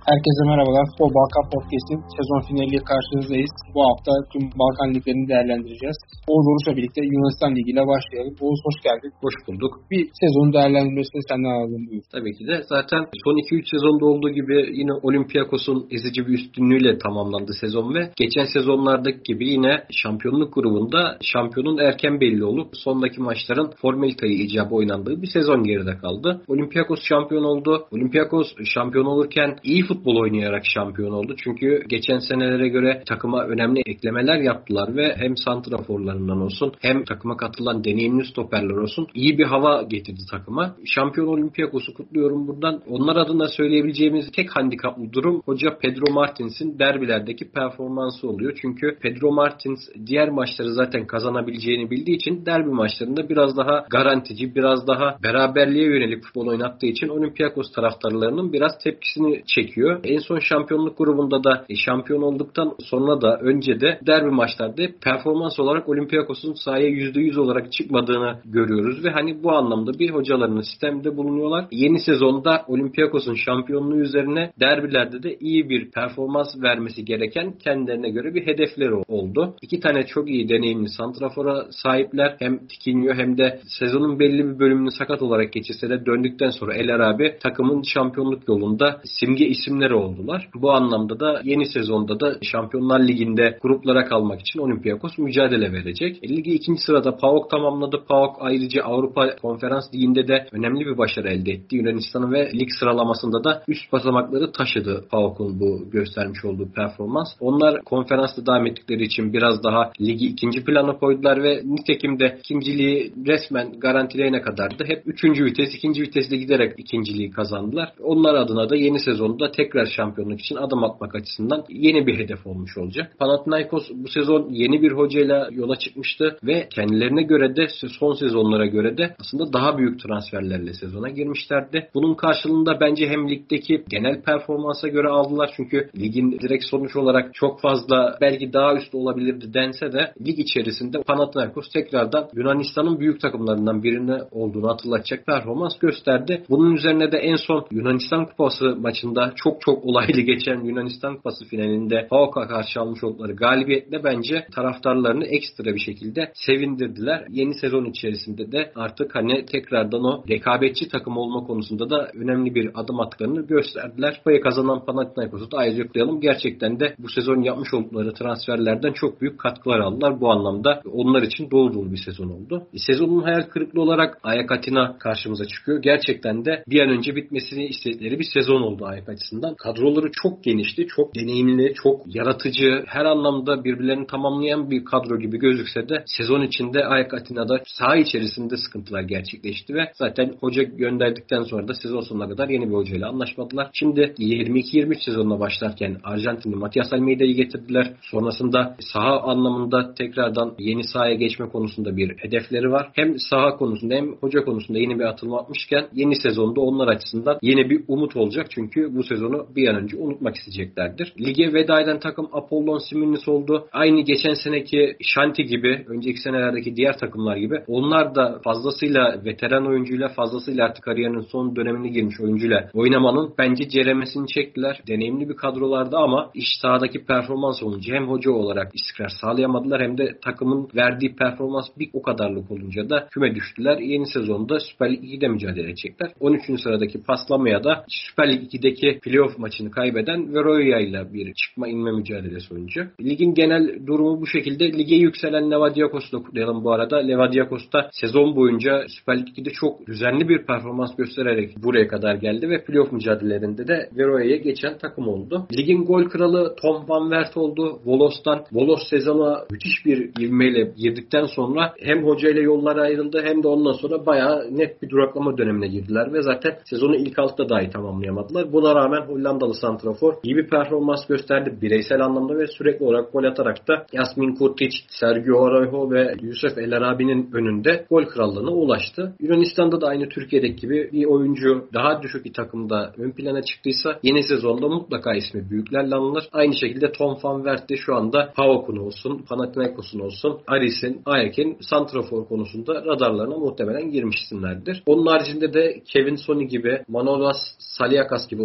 Herkese merhabalar. Futbol Balkan Podcast'in sezon finaliyle karşınızdayız. Bu hafta tüm Balkan liglerini değerlendireceğiz. Oğuz Oruç'la birlikte Yunanistan Ligi ile başlayalım. Oğuz hoş geldin. Hoş bulduk. Bir sezon değerlendirmesini senden alalım buyur. Tabii ki de. Zaten son 2-3 sezonda olduğu gibi yine Olympiakos'un ezici bir üstünlüğüyle tamamlandı sezon ve geçen sezonlardaki gibi yine şampiyonluk grubunda şampiyonun erken belli olup sondaki maçların formaliteyi icabı oynandığı bir sezon geride kaldı. Olympiakos şampiyon oldu. Olympiakos şampiyon olurken iyi futbol oynayarak şampiyon oldu. Çünkü geçen senelere göre takıma önemli eklemeler yaptılar ve hem santraforlarından olsun hem takıma katılan deneyimli stoperler olsun iyi bir hava getirdi takıma. Şampiyon Olympiakos'u kutluyorum buradan. Onlar adına söyleyebileceğimiz tek handikaplı durum hoca Pedro Martins'in derbilerdeki performansı oluyor. Çünkü Pedro Martins diğer maçları zaten kazanabileceğini bildiği için derbi maçlarında biraz daha garantici, biraz daha beraberliğe yönelik futbol oynattığı için Olympiakos taraftarlarının biraz tepkisini çekiyor. En son şampiyonluk grubunda da şampiyon olduktan sonra da önce de derbi maçlarda performans olarak Olympiakos'un sahaya %100 olarak çıkmadığını görüyoruz ve hani bu anlamda bir hocalarının sistemde bulunuyorlar. Yeni sezonda Olympiakos'un şampiyonluğu üzerine derbilerde de iyi bir performans vermesi gereken kendilerine göre bir hedefleri oldu. İki tane çok iyi deneyimli santrafora sahipler. Hem Tiquinho hem de sezonun belli bir bölümünü sakat olarak geçirse de döndükten sonra El Arabi takımın şampiyonluk yolunda simge isimleri oldular. Bu anlamda da yeni sezonda da Şampiyonlar Ligi'nde gruplara kalmak için Olympiakos mücadele verecek. Ligi ikinci sırada PAOK tamamladı. PAOK ayrıca Avrupa Konferans Ligi'nde de önemli bir başarı elde etti. Yunanistan'ın ve lig sıralamasında da üst basamakları taşıdı PAOK'un bu göstermiş olduğu performans. Onlar konferansta devam ettikleri için biraz daha ligi ikinci plana koydular ve nitekim de ikinciliği resmen garantileyene kadar da hep üçüncü vites, ikinci vitesle giderek ikinciliği kazandılar. Onlar adına da yeni sezonda tekrar şampiyonluk için adım atmak açısından yeni bir hedef olmuş olacak. Panathinaikos bu sezon yeni bir hocayla yola çıkmıştı ve kendilerine göre de son sezonlara göre de aslında daha büyük transferlerle sezona girmişlerdi. Bunun karşılığında bence hem ligdeki genel performansa göre aldılar çünkü ligin direkt sonuç olarak çok fazla belki daha üstü olabilirdi dense de lig içerisinde Panathinaikos tekrardan Yunanistan'ın büyük takımlarından birine olduğunu hatırlatacak performans gösterdi. Bunun üzerine de en son Yunanistan Kupası maçında çok olaylı geçen Yunanistan Kupası finalinde PAOK'a karşı almış oldukları galibiyetle bence taraftarlarını ekstra bir şekilde sevindirdiler. Yeni sezon içerisinde de artık hani tekrardan o rekabetçi takım olma konusunda da önemli bir adım attıklarını gösterdiler. Kupayı kazanan Panathinaikos'u da ayrıca kutlayalım. Gerçekten de bu sezon yapmış oldukları transferlerden çok büyük katkılar aldılar. Bu anlamda onlar için dolu bir sezon oldu. Sezonun hayal kırıklığı olarak AEK Atina karşımıza çıkıyor. Gerçekten de bir an önce bitmesini istedikleri bir sezon oldu AEK açısından. Kadroları çok genişti, çok deneyimli, çok yaratıcı, her anlamda birbirlerini tamamlayan bir kadro gibi gözükse de sezon içinde AEK Atina'da saha içerisinde sıkıntılar gerçekleşti ve zaten hoca gönderdikten sonra da sezon sonuna kadar yeni bir hocayla anlaşmadılar. Şimdi 22-23 sezonuna başlarken Arjantinli Matias Almeida'yı getirdiler. Sonrasında saha anlamında tekrardan yeni sahaya geçme konusunda bir hedefleri var. Hem saha konusunda hem hoca konusunda yeni bir atılım atmışken yeni sezonda onlar açısından yeni bir umut olacak. Çünkü bu sezonu bir an önce unutmak isteyeceklerdir. Lige veda eden takım Apollon Siminis oldu. Aynı geçen seneki Shanti gibi, önceki senelerdeki diğer takımlar gibi onlar da fazlasıyla veteran oyuncuyla, fazlasıyla artık kariyerinin son dönemine girmiş oyuncuyla oynamanın bence ceremesini çektiler. Deneyimli bir kadrolardı ama iş sahadaki performans olunca hem hoca olarak istikrar sağlayamadılar hem de takımın verdiği performans bir o kadarlık olunca da küme düştüler. Yeni sezonda Süper Lig 2'de mücadele edecekler. 13. sıradaki paslamaya da Süper Lig 2'deki playoff maçını kaybeden Veroya ile bir çıkma inme mücadelesi oynayacak. Ligin genel durumu bu şekilde. Lige yükselen Levadiakos'u da kutlayalım bu arada. Levadiakos da sezon boyunca Süper Lig 2'de çok düzenli bir performans göstererek buraya kadar geldi ve playoff mücadelelerinde de Veroya'ya geçen takım oldu. Ligin gol kralı Tom Van Wert oldu. Volos'tan. Volos sezona müthiş bir ivmeyle girdikten sonra hem hocayla yollar ayrıldı hem de ondan sonra bayağı net bir duraklama dönemine girdiler ve zaten sezonu ilk altta dahi tamamlayamadılar. Buna rağmen Hollandalı santrafor iyi bir performans gösterdi bireysel anlamda ve sürekli olarak gol atarak da Yasmin Kurtic, Sergio Araujo ve Yusuf El Arabi'nin önünde gol krallığına ulaştı. Yunanistan'da da aynı Türkiye'deki gibi bir oyuncu daha düşük bir takımda ön plana çıktıysa yeni sezonda mutlaka ismi büyüklerle anılır. Aynı şekilde Tom Van Wert de şu anda PAOK'un olsun, Panathinaikos'un olsun, Aris'in, AEK'in santrafor konusunda radarlarına muhtemelen girmiş isimlerdir. Onun haricinde de Kevin Soni gibi, Manolas Saliakas gibi o zaten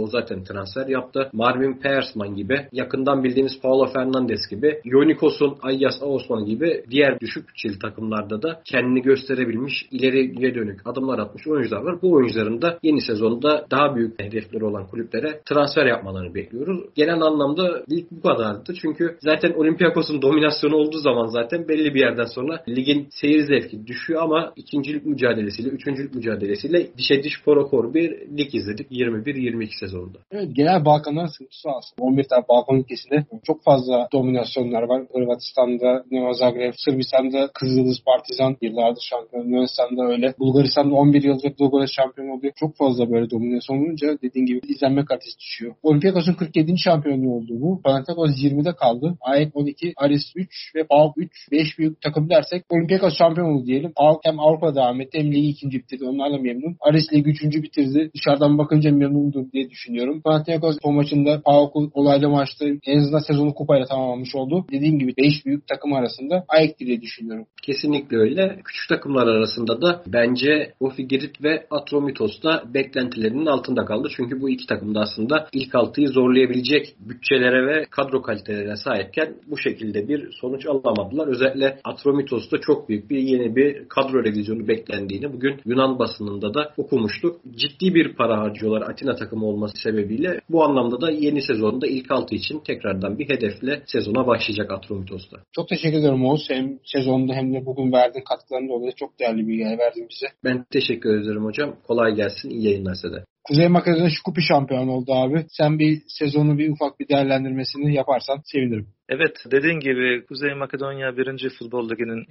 transfer yaptı. Marvin Persman gibi, yakından bildiğimiz Paulo Fernandes gibi, Ionikos'un Ayyas Osman gibi diğer düşük bütçeli takımlarda da kendini gösterebilmiş, ileriye dönük adımlar atmış oyuncular var. Bu oyuncuların da yeni sezonda daha büyük hedefleri olan kulüplere transfer yapmalarını bekliyoruz. Genel anlamda lig bu kadardı. Çünkü zaten Olympiakos'un dominasyonu olduğu zaman zaten belli bir yerden sonra ligin seyir zevki düşüyor ama ikincilik mücadelesiyle, üçüncülük mücadelesiyle dişe diş korokor bir lig izledik 21-22 sezonunda. Evet, genel Balkanlar sıkıntısı aslında. 11 tane Balkan ülkesinde çok fazla dominasyonlar var. Hırvatistan'da Dinamo Zagreb, Sırbistan'da Kızıldız Partizan yıllardır şampiyon. Yunanistan'da öyle. Bulgaristan'da 11 yıldır Dogores şampiyon oluyor. Çok fazla böyle dominasyon olunca dediğin gibi izlenme kalitesi düşüyor. Olympiakos'un 47. şampiyonluğu oldu bu. Panathinaikos 20'de kaldı. AEK 12, Aris 3 ve PAOK 3. 5 büyük takım dersek Olympiakos şampiyon oldu diyelim. PAOK hem Avrupa'da devam etti hem ligi 2. bitirdi. Onlarla memnun. Aris ligi 3. bitirdi. Dışarıdan bakınca memnundur diye düşünüyorum. Panathinaikos o maçında PAOK'u olaylı maçta en azından sezonu kupayla tamamlamış oldu. Dediğim gibi 5 büyük takım arasında AEK diye düşünüyorum. Kesinlikle öyle. Küçük takımlar arasında da bence Ofigirit ve Atromitos da beklentilerinin altında kaldı. Çünkü bu iki takım da aslında ilk 6'yı zorlayabilecek bütçelere ve kadro kalitelerine sahipken bu şekilde bir sonuç alamadılar. Özellikle Atromitos'ta çok büyük yeni bir kadro revizyonu beklendiğini bugün Yunan basınında da okumuştuk. Ciddi bir para harcıyorlar Atina takımı olması sebebiyle. Bu anlamda da yeni sezonda ilk 6 için tekrardan bir hedefle sezona başlayacak Atromitos'ta. Çok teşekkür ederim Oğuz. Hem sezonda hem de bugün verdiğin katkılarından dolayı çok değerli bilgiler verdin bize. Ben teşekkür ederim hocam. Kolay gelsin. İyi yayınlar size de. Kuzey Makedonya Şkupi şampiyon oldu abi. Sen bir sezonu bir ufak bir değerlendirmesini yaparsan sevinirim. Evet, dediğin gibi Kuzey Makedonya 1. Futbol Ligi'nin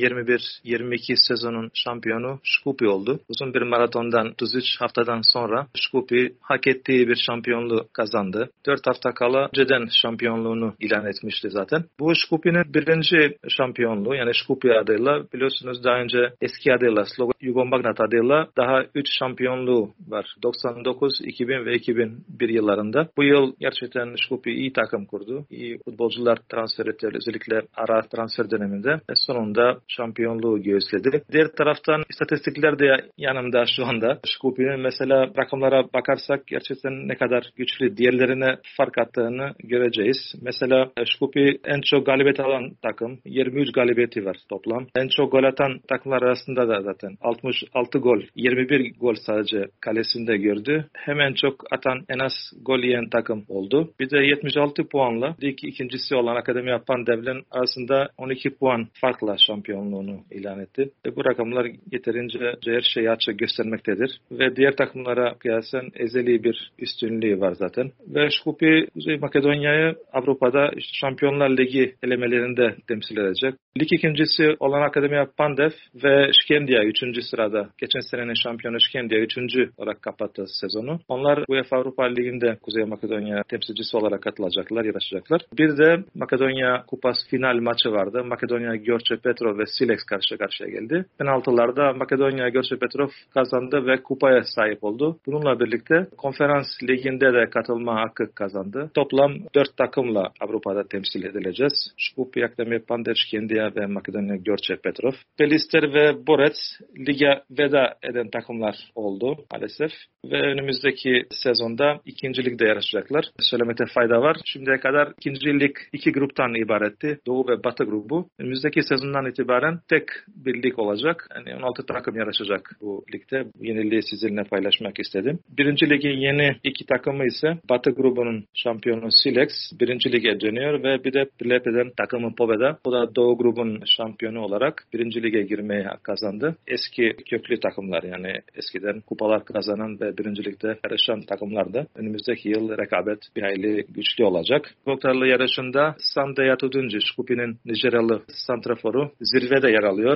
2021-22 sezonun şampiyonu Shkupi oldu. Uzun bir maratondan 33 haftadan sonra Shkupi hak ettiği bir şampiyonluğu kazandı. 4 hafta kala önceden şampiyonluğunu ilan etmişti zaten. Bu Shkupi'nin 1. şampiyonluğu, yani Shkupi adıyla, biliyorsunuz daha önce eski adıyla Yugomagnat adıyla daha 3 şampiyonluğu var. 99, 2000 ve 2001 yıllarında. Bu yıl gerçekten Shkupi iyi takım kurdu. İyi futbolcular transfer etti. Özellikle ara transfer döneminde sonunda şampiyonluğu göğüsledi. Diğer taraftan istatistikler de yanımda şu anda. Shkupi'nin mesela rakamlara bakarsak gerçekten ne kadar güçlü, diğerlerine fark attığını göreceğiz. Mesela Shkupi en çok galibiyet alan takım. 23 galibiyeti var toplam. En çok gol atan takımlar arasında da zaten 66 gol, 21 gol sadece kalesinde gördü. Hemen çok atan, en az gol yiyen takım oldu. Bir de 76 puanla lig ikincisi olan Akademiya Pandev'in arasında 12 puan farkla şampiyonluğunu ilan etti. Ve bu rakamlar yeterince her şeyi açık göstermektedir. Ve diğer takımlara kıyasen ezeli bir üstünlüğü var zaten. Ve Shkupi Kuzey Makedonya'yı Avrupa'da Şampiyonlar Ligi elemelerinde temsil edecek. Lig ikincisi olan Akademiya Pandev ve Şkendiya 3. sırada. Geçen senenin şampiyonu Şkendiya 3. olarak kapattı sezonu. Onlar UEFA Avrupa Ligi'nde Kuzey Makedonya temsilcisi olarak katılacaklar, yarışacaklar. Bir de Makedonya Kupası final maçı vardı. Makedonya Görçe Petrov ve Silex karşı karşıya geldi. Penaltılarda Makedonya Görçe Petrov kazandı ve kupaya sahip oldu. Bununla birlikte Konferans Ligi'nde de katılma hakkı kazandı. Toplam 4 takımla Avrupa'da temsil edileceğiz. Shkupi, Akademiya Pandev, Şkendiya ve Makedonya Görçe Petrov. Belister ve Borec lige veda eden takımlar oldu maalesef. Ve önümüzdeki sezonda ikincilikte yarışacaklar. Söylemekte fayda var. Şimdiye kadar ikincilik 2 gruptan ibaretti. Doğu ve Batı grubu. Önümüzdeki sezondan itibaren tek bir lig olacak. Yani 16 takım yarışacak bu ligde. Bu yeniliği sizinle paylaşmak istedim. Birinci ligin yeni 2 takımı ise Batı grubunun şampiyonu Silex birinci lige dönüyor ve bir de Plepe'den takımı Pobeda. Bu da Doğu grubun şampiyonu olarak birinci lige girmeye kazandı. Eski köklü takımlar, yani eskiden kupalar kazanan ve birinci ligde yarışan takımlar da önümüzdeki yıl rekabet bir hayli güçlü olacak. Doktorlu yarışında Sande Yatuduncu, Shkupi'nin Nijeryalı santraforu zirvede yer alıyor.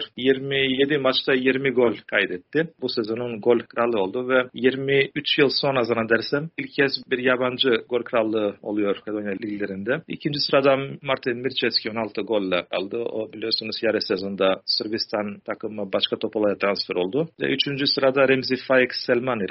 27 maçta 20 gol kaydetti. Bu sezonun gol kralı oldu ve 23 yıl sonra zannedersem ilk kez bir yabancı gol krallığı oluyor Makedonya liglerinde. İkinci sırada Martin Mirceski 16 golle aldı. O biliyorsunuz yarı sezonda Sırbistan takımı başka topolaya transfer oldu. Ve üçüncü sırada Remzi Faik Selmani, Ranova'nın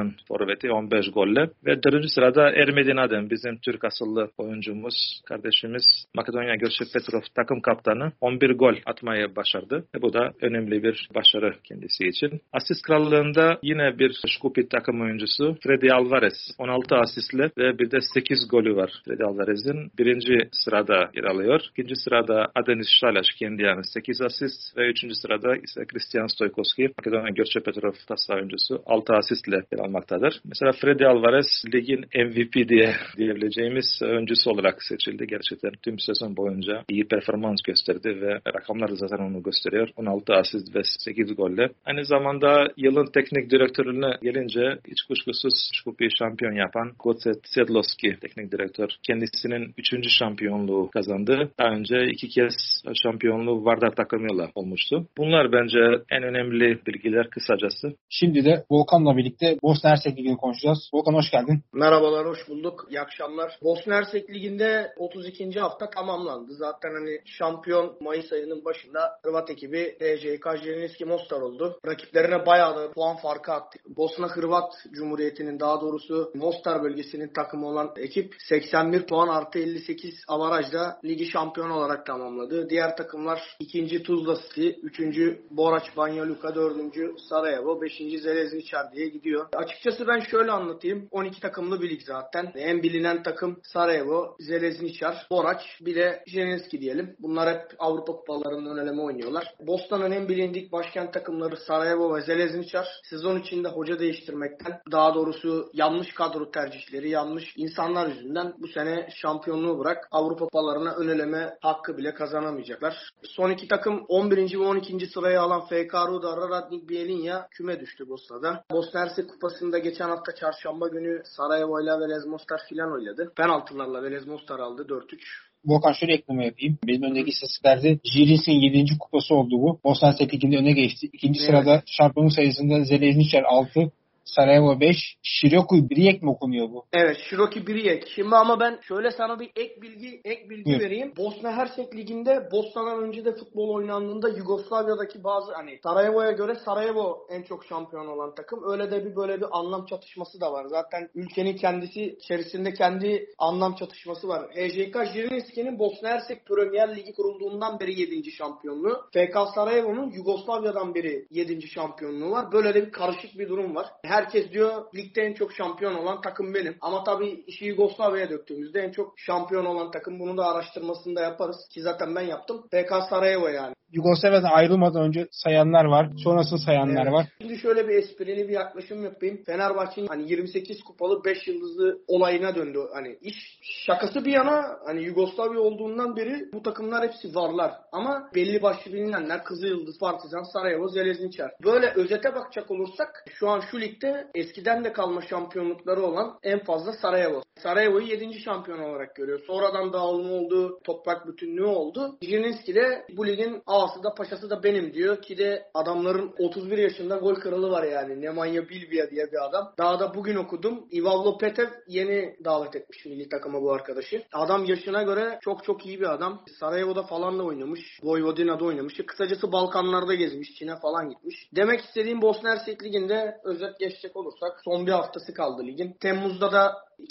Partizan forveti 15 golle. Ve 4. sırada Ermedin Adem, bizim Türk asıllı oyuncumuz, kardeşimiz, Makedonya Görçepetrov takım kaptanı 11 gol atmayı başardı. Bu da önemli bir başarı kendisi için. Asist krallığında yine bir Shkupi takım oyuncusu Freddy Alvarez 16 asistle ve bir de 8 golü var. Freddy Alvarez'in 1. sırada yer alıyor. 2. sırada Adenis Şalaşkendiyan 8 asist ve 3. sırada ise Christian Stoykovski, Makedonya Görçepetrov tasla oyuncusu 6 asistle yer almaktadır. Mesela Freddy Alvarez ligin MVP diyebileceğimiz oyuncusu olarak seçildi. Gerçekten tüm sezon boyunca iyi performans gösterdi ve rakamlar zaten onu gösteriyor. 16 asist ve 8 golle. Aynı zamanda yılın teknik direktörüne gelince hiç kuşkusuz Shkupi'yi şampiyon yapan Gocet Sedlovski teknik direktör. Kendisinin 3. şampiyonluğu kazandı. Daha önce 2 kez şampiyonluğu Vardar takımıyla olmuştu. Bunlar bence en önemli bilgiler kısacası. Şimdi de Volkan'la birlikte Bosna Hersek Ligi'ni konuşacağız. Volkan hoş geldin. Merhabalar, hoş bulduk. İyi akşamlar. Bosna Hersek Ligi'nde 32. hafta tamamlandı. Zaten şampiyon Mayıs ayının başında Hırvat ekibi TJK Zrinjski Mostar oldu. Rakiplerine bayağı da puan farkı attı. Bosna Hırvat Cumhuriyeti'nin, daha doğrusu Mostar bölgesinin takımı olan ekip 81 puan artı 58 avarajla ligi şampiyon olarak tamamladı. Diğer takımlar 2. Tuzla City, 3. Borac Banja Luka, 4. Sarajevo, 5. Željezničar diye gidiyor. Açıkçası ben şöyle anlatayım. 12 takımlı bir lig zaten. En bilinen takım Sarajevo, Željezničar, Borac, bir de Zrinjski diyelim. Bunlar hep Avrupa kupalarından eleme oynuyorlar. Bosna'nın en bilindik başkent takımları Sarajevo ve Željezničar sezon içinde hoca değiştirmekten, daha doğrusu yanlış kadro tercihleri, yanlış insanlar yüzünden bu sene şampiyonluğu bırak Avrupa kupalarına ön eleme hakkı bile kazanamayacaklar. Son iki takım 11. ve 12. sırayı alan FK Rudar, Radnik Bielinja küme düştü Bosna'da. Bosna Hersek Kupası'nda geçen hafta çarşamba günü Sarajevo ile Velez Mostar filan oynadı. Penaltılarla Velez Mostar aldı 4-3. Volkan şöyle ekleme yapayım. Benim öndeki istatistiklerde Zrinjski'nin 7. kupası oldu bu. Bosna Hersek Ligi'nde öne geçti. 2. sırada şampiyonluk sayısında Željezničar 6, Sarajevo 5. Široki Brijek mi okunuyor bu? Evet, Široki Brijek. Şimdi ama ben şöyle sana bir ek bilgi vereyim. Bosna Hersek Ligi'nde Bosna'dan önce de futbol oynandığında Yugoslavya'daki bazı Sarajevo'ya göre Sarajevo en çok şampiyon olan takım. Öyle de böyle bir anlam çatışması da var. Zaten ülkenin kendisi içerisinde kendi anlam çatışması var. HJK Zrinjski'nin Bosna Hersek Premier Ligi kurulduğundan beri 7. şampiyonluğu. FK Sarajevo'nun Yugoslavya'dan beri 7. şampiyonluğu var. Böyle de bir karışık bir durum var. Herkes diyor ligde en çok şampiyon olan takım benim. Ama tabii işi Yugoslavya'ya döktüğümüzde en çok şampiyon olan takım, bunu da araştırmasını da yaparız. Ki zaten ben yaptım. FK Sarajevo yani. Yugoslavya'dan ayrılmadan önce sayanlar var. Sonrasında sayanlar var. Şimdi şöyle bir esprili bir yaklaşım yapayım. Fenerbahçe'nin 28 kupalı 5 yıldızlı olayına döndü. İş şakası bir yana Yugoslavya olduğundan beri bu takımlar hepsi varlar. Ama belli başlı bilinenler Kızılyıldız, Partizan, Sarajevo, Željezničar. Böyle özete bakacak olursak şu an şu ligde eskiden de kalma şampiyonlukları olan en fazla Sarajevo. Sarajevo'yu 7. şampiyon olarak görüyor. Sonradan dağılma oldu, toprak bütünlüğü oldu. Zrinjski de bu ligin ağası da paşası da benim diyor ki de adamların 31 yaşında gol kralı var yani. Nemanja Bilbija diye bir adam. Daha da bugün okudum. Ivavlo Petev yeni davet etmiş milli takıma bu arkadaşı. Adam yaşına göre çok iyi bir adam. Sarajevo'da falan da oynamış. Vojvodina'da oynamış. Kısacası Balkanlarda gezmiş. Çin'e falan gitmiş. Demek istediğim Bosna Hersek Ligi'nde özet geçecek olursak son bir haftası kaldı ligin. Temmuz'da da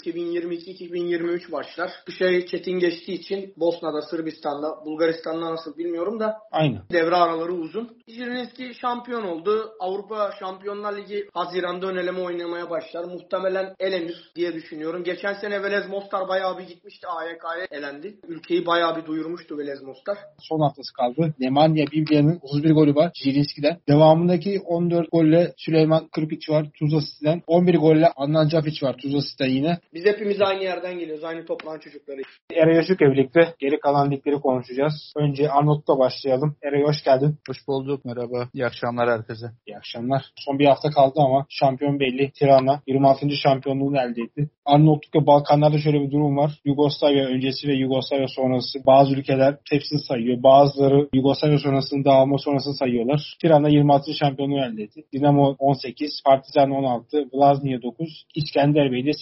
2022-2023 başlar. Kışa çetin geçtiği için Bosna'da, Sırbistan'da, Bulgaristan'da nasıl bilmiyorum da aynı. Devre araları uzun. Zrinjski şampiyon oldu. Avrupa Şampiyonlar Ligi Haziran'da ön eleme oynamaya başlar. Muhtemelen elenir diye düşünüyorum. Geçen sene Velez Mostar bayağı bir gitmişti. AYK'ya elendi. Ülkeyi bayağı bir duyurmuştu Velez Mostar. Son haftası kaldı. Nemanja Bilja'nın 31 golü var Zrinjski'den. Devamındaki 14 golle Süleyman Krpić var Tuzla City'den. 11 golle Adnan Cafić var Tuzla City'den yine. Biz hepimiz aynı yerden geliyoruz. Aynı toprağın çocukları. Eray Öztürk'le birlikte geri kalan ligleri konuşacağız. Önce Arnavut'la başlayalım. Eray hoş geldin. Hoş bulduk. Merhaba. İyi akşamlar herkese. İyi akşamlar. Son bir hafta kaldı ama şampiyon belli. Tirana 26. şampiyonluğunu elde etti. Arnavutluk ve Balkanlarda şöyle bir durum var. Yugoslavya öncesi ve Yugoslavya sonrası bazı ülkeler hepsini sayıyor. Bazıları Yugoslavya sonrasını, dağılma sonrasını sayıyorlar. Tirana 26. şampiyonluğu elde etti. Dinamo 18, Partizan 16, Vllaznia 9, İskenderbeyi de 8 şampiyonluğu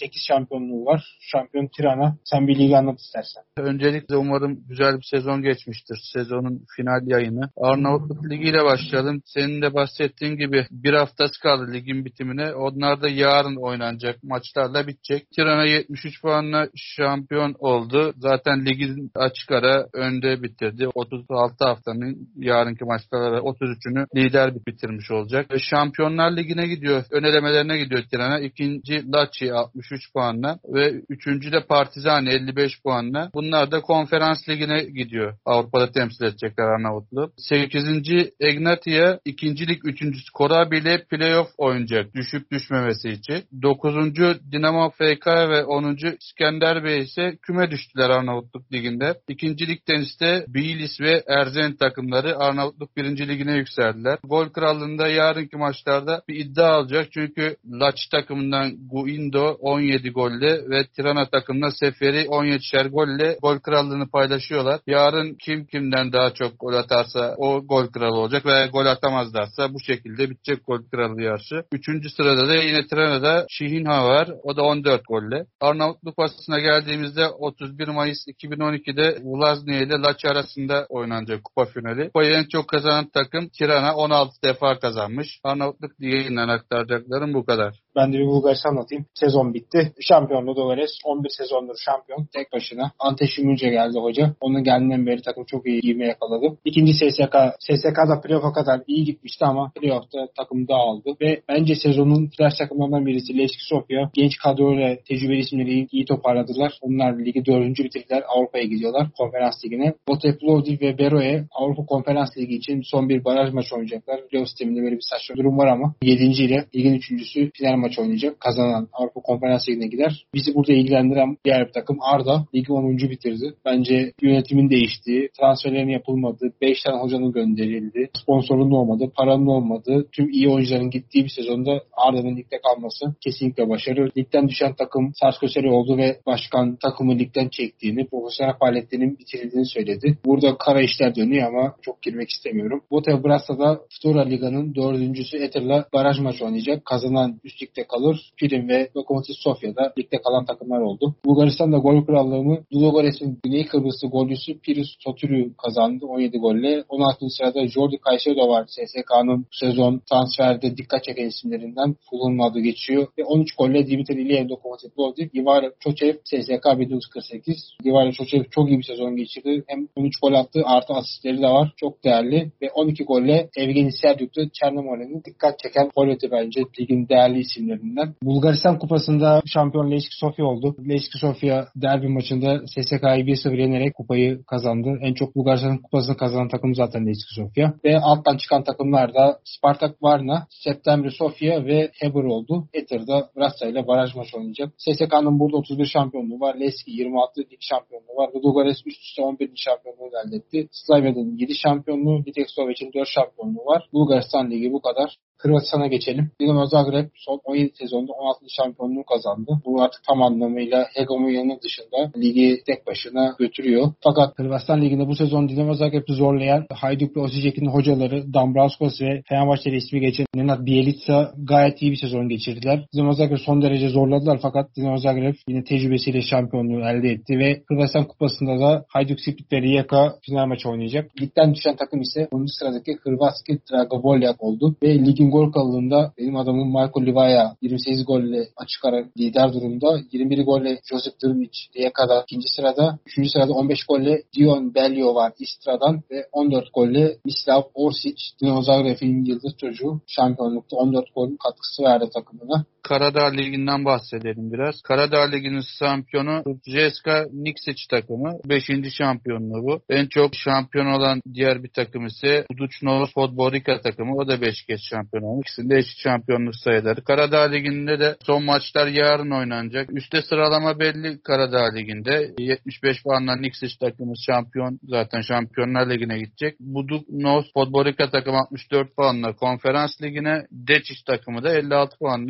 şampiyonluğu var. Şampiyon Tirana. Sen bir ligi anlat istersen. Öncelikle umarım güzel bir sezon geçmiştir. Sezonun final yayını. Arnavutluk Ligi ile başlayalım. Senin de bahsettiğin gibi bir haftası kaldı ligin bitimine. Onlar da yarın oynanacak maçlarla bitecek. Tirana 73 puanla şampiyon oldu. Zaten ligin açık ara önde bitirdi. 36 haftanın yarınki maçlarla 33'ünü lider bitirmiş olacak. Şampiyonlar Ligi'ne gidiyor. Ön elemelerine gidiyor Tirana. İkinci Lecce 63 puanla ve üçüncü de Partizani 55 puanla. Bunlar da Konferans Ligi'ne gidiyor. Avrupa'da temsil edecekler Arnavutluğu. 8. Egnatia ikincilik 3. Korabi ile playoff oynayacak. Düşüp düşmemesi için. 9. Dinamo FK ve 10. İskenderbey ise küme düştüler Arnavutluk Ligi'nde. İkincilikten ise Bilis ve Erzen takımları Arnavutluk 1. Ligi'ne yükseldiler. Gol krallığında yarınki maçlarda bir iddia alacak. Çünkü Laç takımından Guindo 17 golle ve Tirana takımına Seferi 17'şer golle gol krallığını paylaşıyorlar. Yarın kim kimden daha çok gol atarsa o gol kralı olacak veya gol atamazlarsa bu şekilde bitecek gol krallığı yarışı. 3. sırada da yine Tirana'da Şihinha var. O da 14 golle. Arnavutluk Kupası'na geldiğimizde 31 Mayıs 2012'de Vlaznia ile Laç arasında oynanacak kupa finali. Kupayı en çok kazanan takım Tirana 16 defa kazanmış. Arnavutluk Ligi'nden aktaracaklarım bu kadar. Ben de bir Bulgaristan anlatayım. Sezon bitti. Şampiyon Ludogorets 11 sezondur şampiyon. Tek başına. Ante Şümülce geldi hoca. Onun geldiğinden beri takım çok iyi ivme yakaladı. İkinci SSK. SSK'da playoff'a kadar iyi gitmişti ama playoff'ta takım dağıldı. Ve bence sezonun flash takımlarından birisi Levski Sofia. Genç kadroyla tecrübeli isimleri iyi toparladılar. Onlar ligi 4. bitirdiler. Avrupa'ya gidiyorlar. Konferans Ligi'ne. Bote Plovdiv ve Beroe Avrupa Konferans Ligi için son bir baraj maçı oynayacaklar. Playoff sisteminde böyle bir saçma durum var ama 7. ile ligin 3.'sü final maç oynayacak. Kazanan Avrupa Konferans Ligi'ne gider. Bizi burada ilgilendiren diğer bir takım Arda. Ligi 10. bitirdi. Bence yönetimin değiştiği, transferlerin yapılmadığı, 5 tane hocanın gönderildi, sponsorun olmadığı, paranın olmadığı, tüm iyi oyuncuların gittiği bir sezonda Arda'nın ligde kalması kesinlikle başarı. Ligden düşen takım Sarskoseri oldu ve başkan takımı ligden çektiğini, profesyonel faaliyetlerinin bitirildiğini söyledi. Burada kara işler dönüyor ama çok girmek istemiyorum. Botev Brasa'da Futura Liga'nın 4.'sü Eter'la baraj maçı oynayacak. Kazanan üst ligde kalır. Pirin ve Lokomotiv Sofya'da ligde kalan takımlar oldu. Bulgaristan'da gol krallığını Ludogorets'in Güney Kıbrıslı golcüsü Piris Sotiru kazandı 17 golle. 16. sırada Jordi Caicedo var. SSK'nın bu sezon transferde dikkat çeken isimlerinden Fulham'ın adı geçiyor. Ve 13 golle Dimitri Iliev Lokomotiv Plovdiv. Givare Çoçev SSK 1948. Givare Çoçev çok iyi bir sezon geçirdi. Hem 13 gol attı artı asistleri de var. Çok değerli. Ve 12 golle Evgeni Serdyuk'ta Çernomore'nin dikkat çeken goleti bence ligin değerli isimlerinden. Bulgaristan Kupası'nda şampiyon Levski Sofia oldu. Levski Sofia derbi maçında SSK'yı 1-0 yenerek kupayı kazandı. En çok Bulgaristan Kupası'nı kazanan takım zaten Levski Sofia. Ve alttan çıkan takımlar da Spartak Varna, September Sofia ve Heber oldu. Eter'da Brasa ile baraj maçı oynayacak. SSK'nın burada 31 şampiyonluğu var. Levski 26 lig şampiyonluğu var. Ludogorets üst üste 11. şampiyonluğu elde etti. Slavya'nın 7 şampiyonluğu, Litek Sovjet'in 4 şampiyonluğu var. Bulgaristan Ligi bu kadar. Hırvatistan'a geçelim. Dinamo Zagreb son 17 sezonda 16. şampiyonluğu kazandı. Bu artık tam anlamıyla hegemonyanın dışında ligi tek başına götürüyor. Fakat Hırvatistan Ligi'nde bu sezon Dinamo Zagreb'i zorlayan Hajduk ve Osijek'in hocaları Dambrauskas ve Fenerbahçe'de ismi geçen Nenad Bjelica gayet iyi bir sezon geçirdiler. Dinamo Zagreb son derece zorladılar fakat Dinamo Zagreb yine tecrübesiyle şampiyonluğu elde etti ve Hırvatistan Kupası'nda da Hajduk Split ve Rijeka final maçı oynayacak. Ligden düşen takım ise 10. sıradaki Hrvatski Dragovoljak oldu ve ligin gol krallığında benim adamım Marko Livaja 28 golle açık ara lider durumda. 21 golle Josip Drmić Rijeka'da ikinci sırada. 3. sırada 15 golle Dion Beljo var Istra'dan ve 14 golle Mislav Orsic Dinamo Zagreb'in yıldız çocuğu şampiyonlukta 14 gol katkısı verdi takımına. Karadağ Ligi'nden bahsedelim biraz. Karadağ Ligi'nin şampiyonu CSKA Nikšić takımı. 5. şampiyonluğu bu. En çok şampiyon olan diğer bir takım ise Budućnost Podgorica takımı. O da 5 kez şampiyon olmuş. İkisinde eşit şampiyonluk sayıları. Karadağ Ligi'nde de son maçlar yarın oynanacak. Üste sıralama belli Karadağ Ligi'nde. 75 puanla Nikšić takımı şampiyon. Zaten Şampiyonlar Ligi'ne gidecek. Budućnost Podgorica takımı 64 puanla Konferans Ligi'ne. Dečić takımı da 56 puanla 3.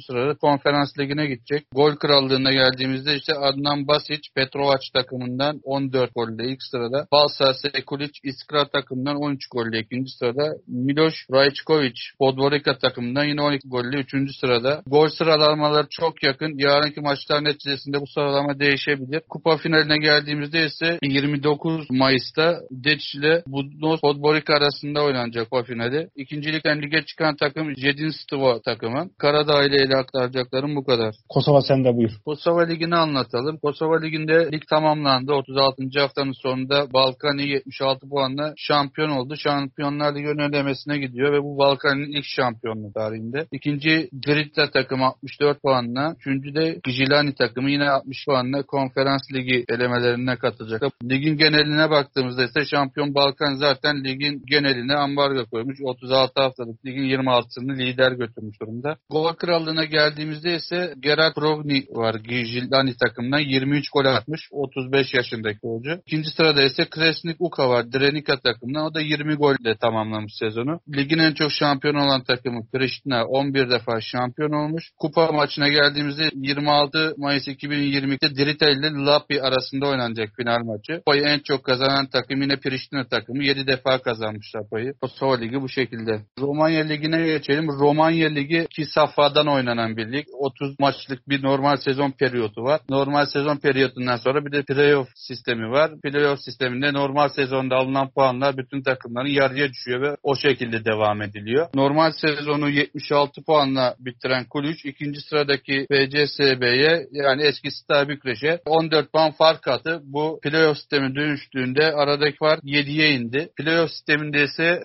sırada Konferans Ligi'ne gidecek. Gol krallığına geldiğimizde ise Adnan Basic Petrovac takımından 14 golle ilk sırada. Balsa Sekulic İskra takımından 13 golle ikinci sırada. Miloš Rajković Podgorica takımından yine 12 golle 3. sırada. Gol sıralamaları çok yakın. Yarınki maçlar neticesinde bu sıralama değişebilir. Kupa finaline geldiğimizde ise 29 Mayıs'ta Deç ile Budnos Podgorica arasında oynanacak o finali. İkincilikten lige çıkan takım Jedinstvo takımı. Karadağ ile ele aktaracaklarım bu kadar. Kosova sen de buyur. Kosova Ligi'ni anlatalım. Kosova Ligi'nde lig tamamlandı. 36. haftanın sonunda Balkani 76 puanla şampiyon oldu. Şampiyonlar Ligi önelemesine gidiyor ve bu Balkani'nin ilk şampiyonluğu tarihinde. İkinci Gritsa takımı 64 puanla. Üçüncü de Gijilani takımı yine 60 puanla Konferans Ligi elemelerine katılacak. Ligin geneline baktığımızda ise şampiyon Balkan zaten ligin geneline ambargo koymuş. 36 haftalık ligin 26'sını lider götürmüş durumda. Gol krallığına geldiğimizde ise Gerard Progni var. Gijilani takımından 23 gol atmış. 35 yaşındaki oyuncu. İkinci sırada ise Kresnik Uka var. Drenica takımından. O da 20 golle tamamlamış sezonu. Ligin en çok şampiyon olan takımı Prishtina 11 defa şampiyon olmuş. Kupa maçına geldiğimizde 26 Mayıs 2022'de Drita ile Lapi arasında oynanacak final maçı. Kupayı en çok kazanan takım yine Prishtina takımı. 7 defa kazanmışlar kupayı. Kosova Ligi bu şekilde. Romanya Ligi'ne geçelim. Romanya Ligi 2 safhadan oynanan bir lig. 30 maçlık bir normal sezon periyodu var. Normal sezon periyodundan sonra bir de playoff sistemi var. Playoff sisteminde normal sezonda alınan puanlar bütün takımların yarıya düşüyor ve o şekilde devam ediliyor. Normal sezonu 76 puanla bitiren Kulüç ikinci sıradaki FCSB'ye yani eski Steaua Bükreş'e 14 puan fark attı. Bu playoff sistemi dönüştüğünde aradaki fark 7'ye indi. Playoff sisteminde ise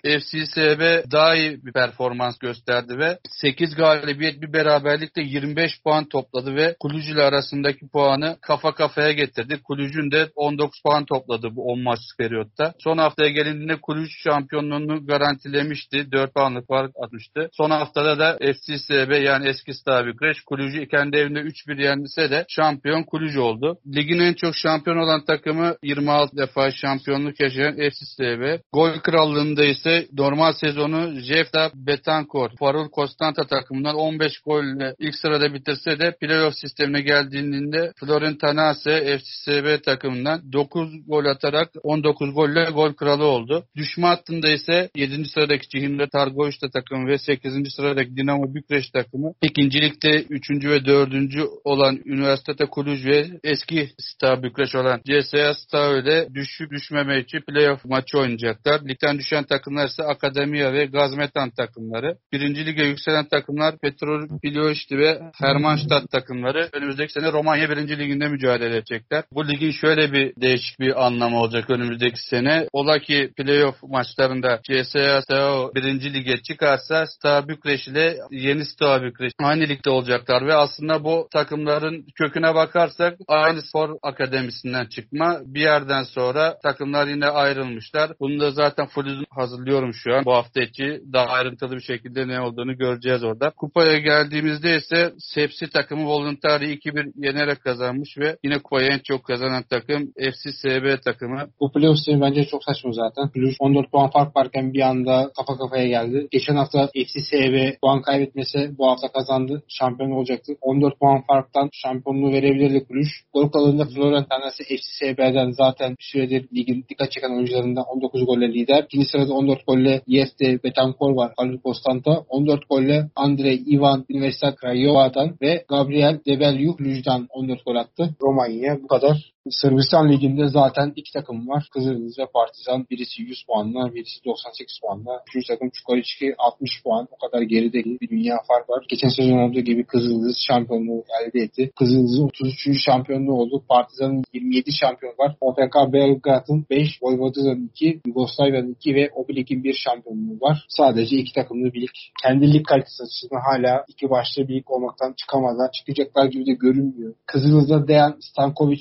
FCSB daha iyi bir performans gösterdi ve 8 galibiyet bir beraberlikle 25 puan topladı ve Kulüç ile arasındaki puanı kafa kafaya getirdi. Kulüç'ün de 19 puan topladı bu 10 maçlık periyotta. Son haftaya gelindiğinde Kulüç şampiyonluğunu garantilemişti. 4 puanlık fark atmıştı. Son haftada da FCSB yani eski Steaua Bükreş Kulüç'ü kendi evinde 3-1 yenilse de şampiyon Kulüç oldu. Ligin en çok şampiyon olan takımı 26 defa şampiyonluk yaşayan FCSB. Gol krallığında ise normal sezonu Jefta Betancourt Farul Constanta takımından 15 golle ilk sırada bitirse de playoff sistemine geldiğinde Florentanase FCSB takımından 9 gol atarak 19 golle gol kralı oldu. Düşme hattında ise 7. sıradaki Cihimre Targoviç'te takımı ve 8. sıradaki Dinamo Bükreş takımı. İkincilikte 3. ve 4. olan Üniversitete Kulüç ve eski Steaua Bükreş olan CSKA Steaua ile düşmeme için playoff maçı oynayacaklar. Ligden düşen takımlar ise Akademiya ve Gazmetan takımları. 1. lige yükselen takımlar Petrol Pilioşti ve Hermannstadt takımları. Önümüzdeki sene Romanya 1. liginde mücadele edecekler. Bu ligin şöyle bir değişik bir anlamı olacak önümüzdeki sene. Ola ki playoff maçlarında CSKA Steaua 1. lige çıkarsa Steaua Bükreş ile yeni Steaua Bükreş aynı ligde olacaklar ve aslında bu takımların köküne bakarsak aynı spor akademisinden çıkma. Bir yerden sonra takımlar yine ayrılmışlar. Bunu da zaten full hazırlıyorum şu an. Bu hafta içi daha ayrıntılı bir şekilde ne olduğunu göreceğiz orada. Kupaya geldiğimizde ise Sepsi takımı Voluntari 2-1 yenerek kazanmış ve yine kupayı en çok kazanan takım FCSB takımı. Bu playoff sistemi bence çok saçma zaten. Kulüç 14 puan fark varken bir anda kafa kafaya geldi. Geçen hafta FCSB puan kaybetmese bu hafta kazandı. Şampiyon olacaktı. 14 puan farktan şampiyonluğu verebilirdi Kulüç. Gol krallığında Florentina'sı FCSB'den zaten bir süredir ligin dikkat çeken oyuncularından 19 golle lider. İkinci sırada 14 golle Jefta Betancourt var. Farul Constanta 14 golle Andrei Ivan Universitatea Craiova'dan ve Gabriel Debeliu Cluj'dan 14 gol attı. Romanya'ya bu kadar. Sırbistan Ligi'nde zaten iki takım var. Kızıldız ve Partizan. Birisi 100 puanla, birisi 98 puanla. Üçüncü takım Çukoviçki 60 puan. O kadar geride değil. Bir dünya fark var. Geçen sezon olduğu gibi Kızıldız şampiyonluğu elde etti. Kızıldız'ın 33. şampiyonluğu oldu. Partizan'ın 27 şampiyon var. OFK Belgrad'ın 5, Vojvodina'nın 2, Yugoslavya'nın 2 ve Obilik'in 1 şampiyonluğu var. Sadece iki takımlı bir lig. Kendi lig kalitesi açısından hala iki başlı bir lig olmaktan çıkamazlar. Çıkacaklar gibi de görünmüyor. Kızıldız'da Dejan Stankovic şampiyon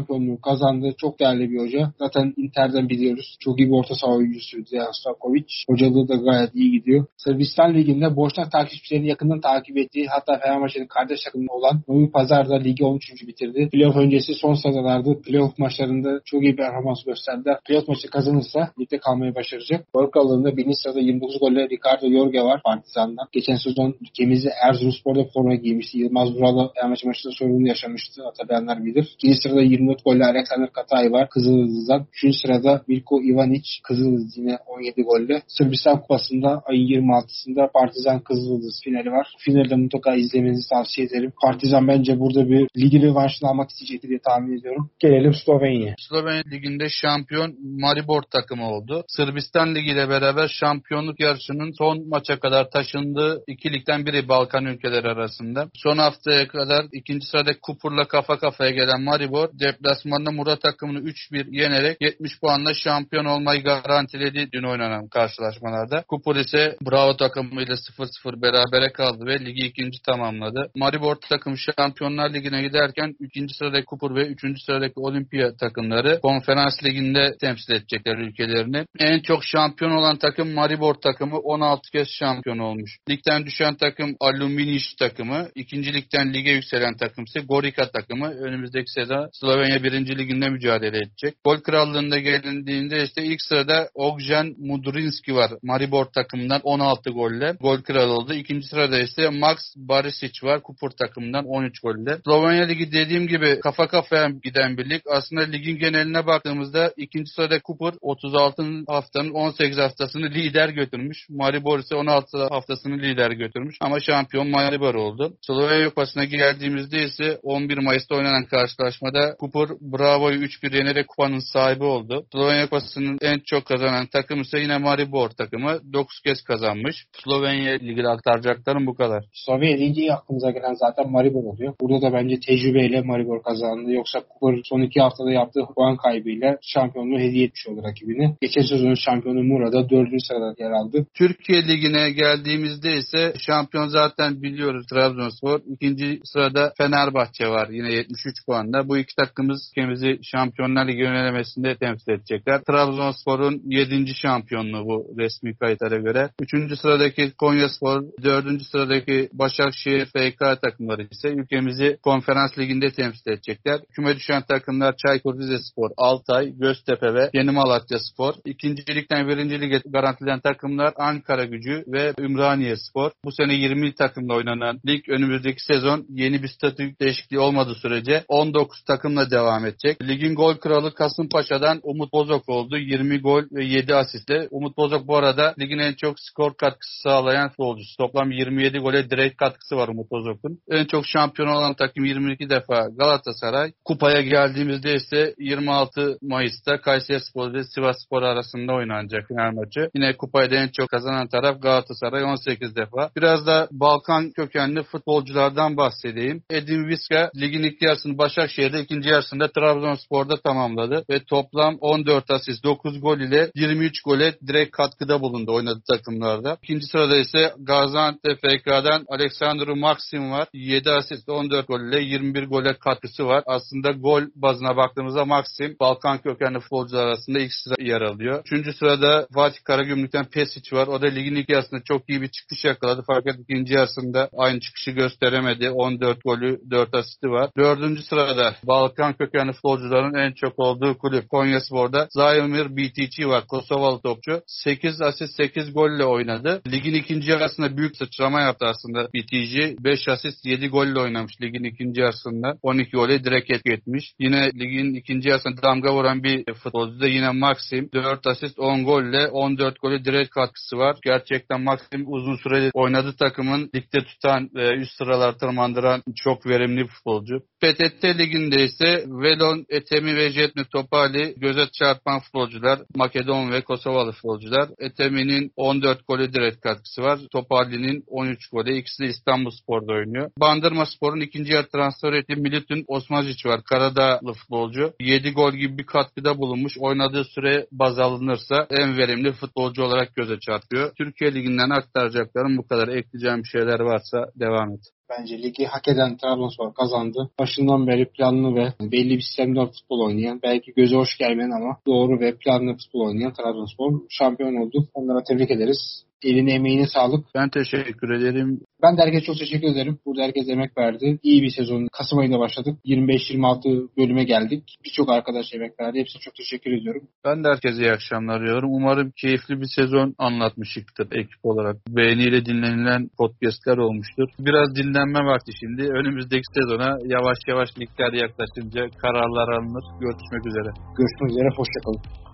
şampiyonluğu kazandı. Çok değerli bir hoca. Zaten Inter'den biliyoruz. Çok iyi bir orta saha oyuncusuydu Dejan Stojkovic. Hocalığı da gayet iyi gidiyor. Sırbistan Ligi'nde Boşnak takipçilerini yakından takip ettiği, hatta Fenerbahçe'nin kardeş takımı olan Novi Pazar'da ligi 13. bitirdi. Playoff öncesi son sıralardı. Playoff maçlarında çok iyi bir performans gösterdi. Playoff maçı kazanırsa ligde kalmayı başaracak. Gol krallığında 1. sırada 29 golle Ricardo Jorge var Partizan'dan. Geçen sezon ülkemizde Erzurumspor'da forma giymişti. Yılmaz Vural'la Fenerbahçe maçında sorunu yaşamıştı. Hatırlayanlar bilir. 2. sırada 24 golle Alexander Katay var Kızıldız'dan. 3. sırada Vilko Ivanic Kızıldız yine 17 golle. Sırbistan Kupası'nda ayın 26'sında Partizan Kızıldız finali var. Finalde mutlaka izlemenizi tavsiye ederim. Partizan bence burada bir ligi revanşını almak isteyecektir diye tahmin ediyorum. Gelelim Slovenya. Slovenya Ligi'nde şampiyon Maribor takımı oldu. Sırbistan Ligi ile beraber şampiyonluk yarışının son maça kadar taşındığı iki ligden biri Balkan ülkeleri arasında. Son haftaya kadar ikinci sırada Kupur'la kafa kafaya gelen Maribor, deplasmanda Murat takımını 3-1 yenerek 70 puanla şampiyon olmayı garantiledi dün oynanan karşılaşmalarda. Kupur ise Bravo takımıyla 0-0 berabere kaldı ve ligi ikinci tamamladı. Maribor takım Şampiyonlar Ligi'ne giderken 3. sıradaki Kupur ve 3. sıradaki Olimpiya takımları Konferans Ligi'nde temsil edecekler ülkelerini. En çok şampiyon olan takım Maribor takımı 16 kez şampiyon olmuş. Ligden düşen takım Aluminiş takımı, 2. ligden lige yükselen takım ise Gorica takımı önümüzdeki sezon Slovenya 1. Liginde mücadele edecek. Gol krallığında gelindiğinde ise ilk sırada Ogjen Mudrinski var. Maribor takımından 16 golle gol kralı oldu. 2. sırada ise Max Barisic var. Kupur takımından 13 golle. Slovenya Ligi dediğim gibi kafa kafaya giden bir lig. Aslında ligin geneline baktığımızda 2. sırada Kupur 36 haftanın 18 haftasını lider götürmüş. Maribor ise 16 haftasını lider götürmüş. Ama şampiyon Maribor oldu. Slovenya Kupası'na geldiğimizde ise 11 Mayıs'ta oynanan karşılaşmada Kupur Bravo'yu 3-1 yenerek kupanın sahibi oldu. Slovenya Kupası'nın en çok kazanan takım ise yine Maribor takımı. 9 kez kazanmış. Slovenya Ligi'de aktaracaklarım bu kadar. Slovenya Ligi aklımıza gelen zaten Maribor oluyor. Burada da bence tecrübeyle Maribor kazandı. Yoksa Kupur son 2 haftada yaptığı puan kaybıyla şampiyonluğu hediye etmiş oldu rakibine. Geçen sezonun şampiyonu Mura'da 4. sırada yer aldı. Türkiye Ligi'ne geldiğimizde ise şampiyon zaten biliyoruz Trabzonspor. 2. sırada Fenerbahçe var yine 73 puanda. Bu iki takımımız ülkemizi Şampiyonlar Ligi yönelemesinde temsil edecekler. Trabzonspor'un 7. şampiyonluğu bu resmi kayıtlara göre. 3. sıradaki Konyaspor, 4. sıradaki Başakşehir FK takımları ise ülkemizi Konferans Ligi'nde temsil edecekler. Küme düşen takımlar Çaykur Rizespor, Altay, Göztepe ve Yeni Malatyaspor. 2. ligden 1. lige garantilen takımlar Ankara Gücü ve Ümraniyespor. Bu sene 20 takımla oynanan lig önümüzdeki sezon yeni bir statü değişikliği olmadığı sürece 19 takımla devam edecek. Ligin gol kralı Kasımpaşa'dan Umut Bozok oldu. 20 gol ve 7 asistle. Umut Bozok bu arada ligin en çok skor katkısı sağlayan futbolcusu. Toplam 27 gole direkt katkısı var Umut Bozok'un. En çok şampiyon olan takım 22 defa Galatasaray. Kupaya geldiğimizde ise 26 Mayıs'ta Kayserispor ile Sivasspor arasında oynanacak final maçı. Yine kupayı da en çok kazanan taraf Galatasaray 18 defa. Biraz da Balkan kökenli futbolculardan bahsedeyim. Edin Viska ligin ilk yarısını Başakşehir'de, ikinci yarısında Trabzonspor'da tamamladı ve toplam 14 asist, 9 gol ile 23 gole direkt katkıda bulundu oynadığı takımlarda. İkinci sırada ise Gaziantep FK'dan Alexandru Maxim var. 7 asist, 14 gol ile 21 gole katkısı var. Aslında gol bazına baktığımızda Maxim Balkan kökenli futbolcular arasında ilk sıra yer alıyor. Üçüncü sırada Fatih Karagümrük'ten Pesic var. O da ligin ilk yarısında çok iyi bir çıkış yakaladı. Fakat ikinci yarısında aynı çıkışı gösteremedi. 14 golü, 4 asisti var. Dördüncü sırada Balkan kökenli futbolcuların en çok olduğu kulüp Konyaspor'da Zajomir BTC var. Kosovalı topçu. 8 asist, 8 golle oynadı. Ligin ikinci yarısında büyük sıçrama yaptı aslında BTC. 5 asist, 7 golle oynamış ligin ikinci yarısında. 12 gole direkt etmiş. Yine ligin ikinci yarısında damga vuran bir futbolcu da yine Maxim. 4 asist, 10 golle 14 gole direkt katkısı var. Gerçekten Maxim uzun süreli oynadığı takımın ligde tutan ve üst sıralar tırmandıran çok verimli bir futbolcu. PTT Ligi'nde ise Velon, Etemi ve Jetni Topali göze çarpan futbolcular. Makedon ve Kosovalı futbolcular. Etemi'nin 14 gole direkt katkısı var. Topali'nin 13 gole. İkisi de İstanbulspor'da oynuyor. Bandırmaspor'un ikinci yarı transfer ettiği Milutun Osmajic var. Karadağlı futbolcu. 7 gol gibi bir katkıda bulunmuş. Oynadığı süre baz alınırsa en verimli futbolcu olarak göze çarpıyor. Türkiye Ligi'nden aktaracaklarım bu kadar. Ekleyeceğim bir şeyler varsa devam et. Bence ligi hak eden Trabzonspor kazandı. Başından beri planlı ve belli bir sistemde futbol oynayan, belki göze hoş gelmeyen ama doğru ve planlı futbol oynayan Trabzonspor şampiyon oldu. Onlara tebrik ederiz. Eline emeğine sağlık. Ben teşekkür ederim. Ben de herkese çok teşekkür ederim. Burada herkes emek verdi. İyi bir sezon. Kasım ayında başladık. 25-26 bölüme geldik. Birçok arkadaş emek verdi. Hepsine çok teşekkür ediyorum. Ben de herkese iyi akşamlar diyorum. Umarım keyifli bir sezon anlatmıştık ekip olarak. Beğeniyle dinlenilen podcastler olmuştur. Biraz dinlenme vakti şimdi. Önümüzdeki sezona yavaş yavaş ligler yaklaşınca kararlar alınır. Görüşmek üzere. Görüşmek üzere. Hoşçakalın.